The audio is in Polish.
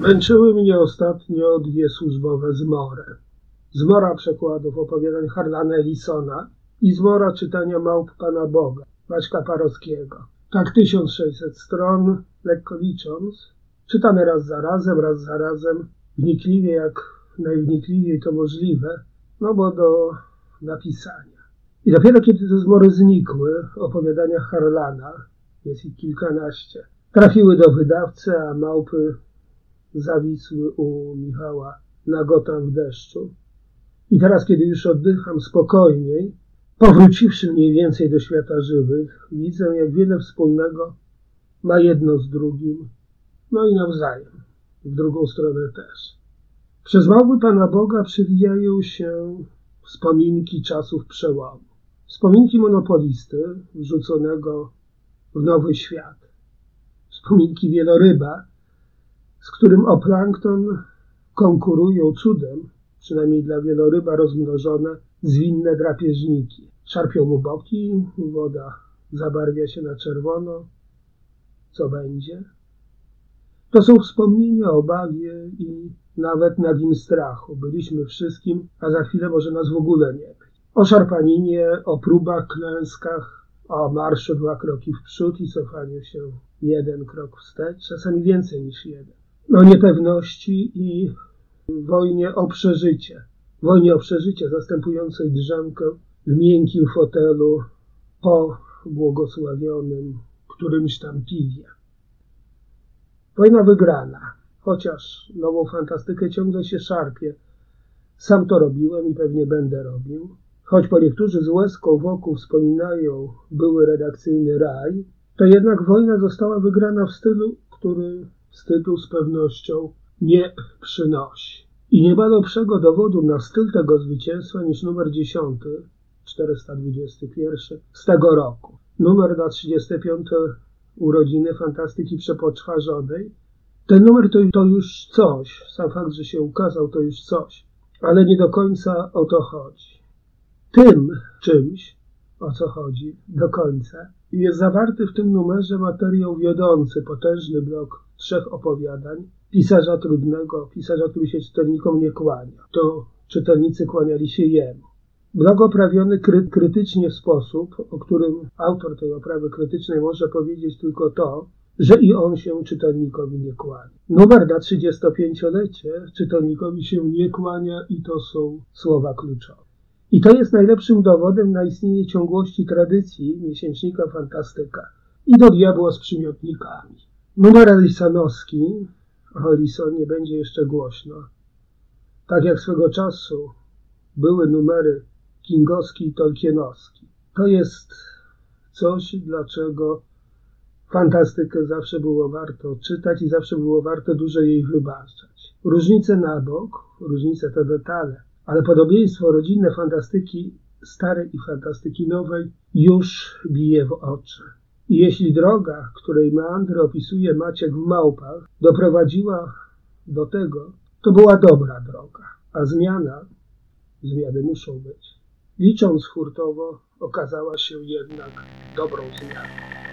Męczyły mnie ostatnio dwie służbowe zmory. Zmora przekładów opowiadań Harlana Ellisona i zmora czytania Małp Pana Boga, Maćka Parowskiego. Tak 1600 stron, lekko licząc, czytane raz za razem, wnikliwie jak najwnikliwiej to możliwe, no bo do napisania. I dopiero kiedy te zmory znikły, opowiadania Harlana, jest ich kilkanaście, trafiły do wydawcy, a małpy zawisły u Michała nagotą w deszczu. I teraz, kiedy już oddycham spokojniej, powróciwszy mniej więcej do świata żywych, widzę, jak wiele wspólnego ma jedno z drugim, no i nawzajem, w drugą stronę też. Przez Małpy Pana Boga przewijają się wspominki czasów przełomu. Wspominki monopolisty wrzuconego w nowy świat. Wspominki wieloryba, z którym o plankton konkurują cudem, przynajmniej dla wieloryba rozmnożone, zwinne drapieżniki. Szarpią mu boki, woda zabarwia się na czerwono. Co będzie? To są wspomnienia o obawie i nawet nagim strachu. Byliśmy wszystkim, a za chwilę może nas w ogóle nie być. O szarpaninie, o próbach, klęskach, o marszu 2 kroki w przód i cofaniu się 1 krok wstecz, czasami więcej niż 1. O niepewności i wojnie o przeżycie. Wojnie o przeżycie zastępującej drzemkę w miękkim fotelu po błogosławionym którymś tam piwie. Wojna wygrana, chociaż nową fantastykę ciągle się szarpie. Sam to robiłem i pewnie będę robił. Choć po niektórzy z łezką wokół wspominają były redakcyjny raj, to jednak wojna została wygrana w stylu, który wstydu z pewnością nie przynosi. I nie ma lepszego dowodu na styl tego zwycięstwa niż numer 10, 421 z tego roku. Numer na 35. urodziny fantastyki przepoczwarzonej. Ten numer to już coś, sam fakt, że się ukazał, to już coś, ale nie do końca o to chodzi. Tym czymś, o co chodzi do końca, jest zawarty w tym numerze materiał wiodący, potężny blok 3 opowiadań, pisarza trudnego, pisarza, który się czytelnikom nie kłania. To czytelnicy kłaniali się jemu. Blok oprawiony krytycznie w sposób, o którym autor tej oprawy krytycznej może powiedzieć tylko to, że i on się czytelnikowi nie kłania. Numer na 35-lecie czytelnikowi się nie kłania i to są słowa kluczowe. I to jest najlepszym dowodem na istnienie ciągłości tradycji miesięcznika Fantastyka i do diabła z przymiotnikami. Numer Ellisonowski, o Ellisonie będzie jeszcze głośno, tak jak swego czasu były numery Kingowski i Tolkienowski. To jest coś, dlaczego fantastykę zawsze było warto czytać i zawsze było warto dużo jej wybaczać. Różnice na bok, różnice to detale, ale podobieństwo rodzinne fantastyki starej i fantastyki nowej już bije w oczy. I jeśli droga, której meandry opisuje Maciek w Małpach, doprowadziła do tego, to była dobra droga, a zmiany muszą być. Licząc hurtowo, okazała się jednak dobrą zmianą.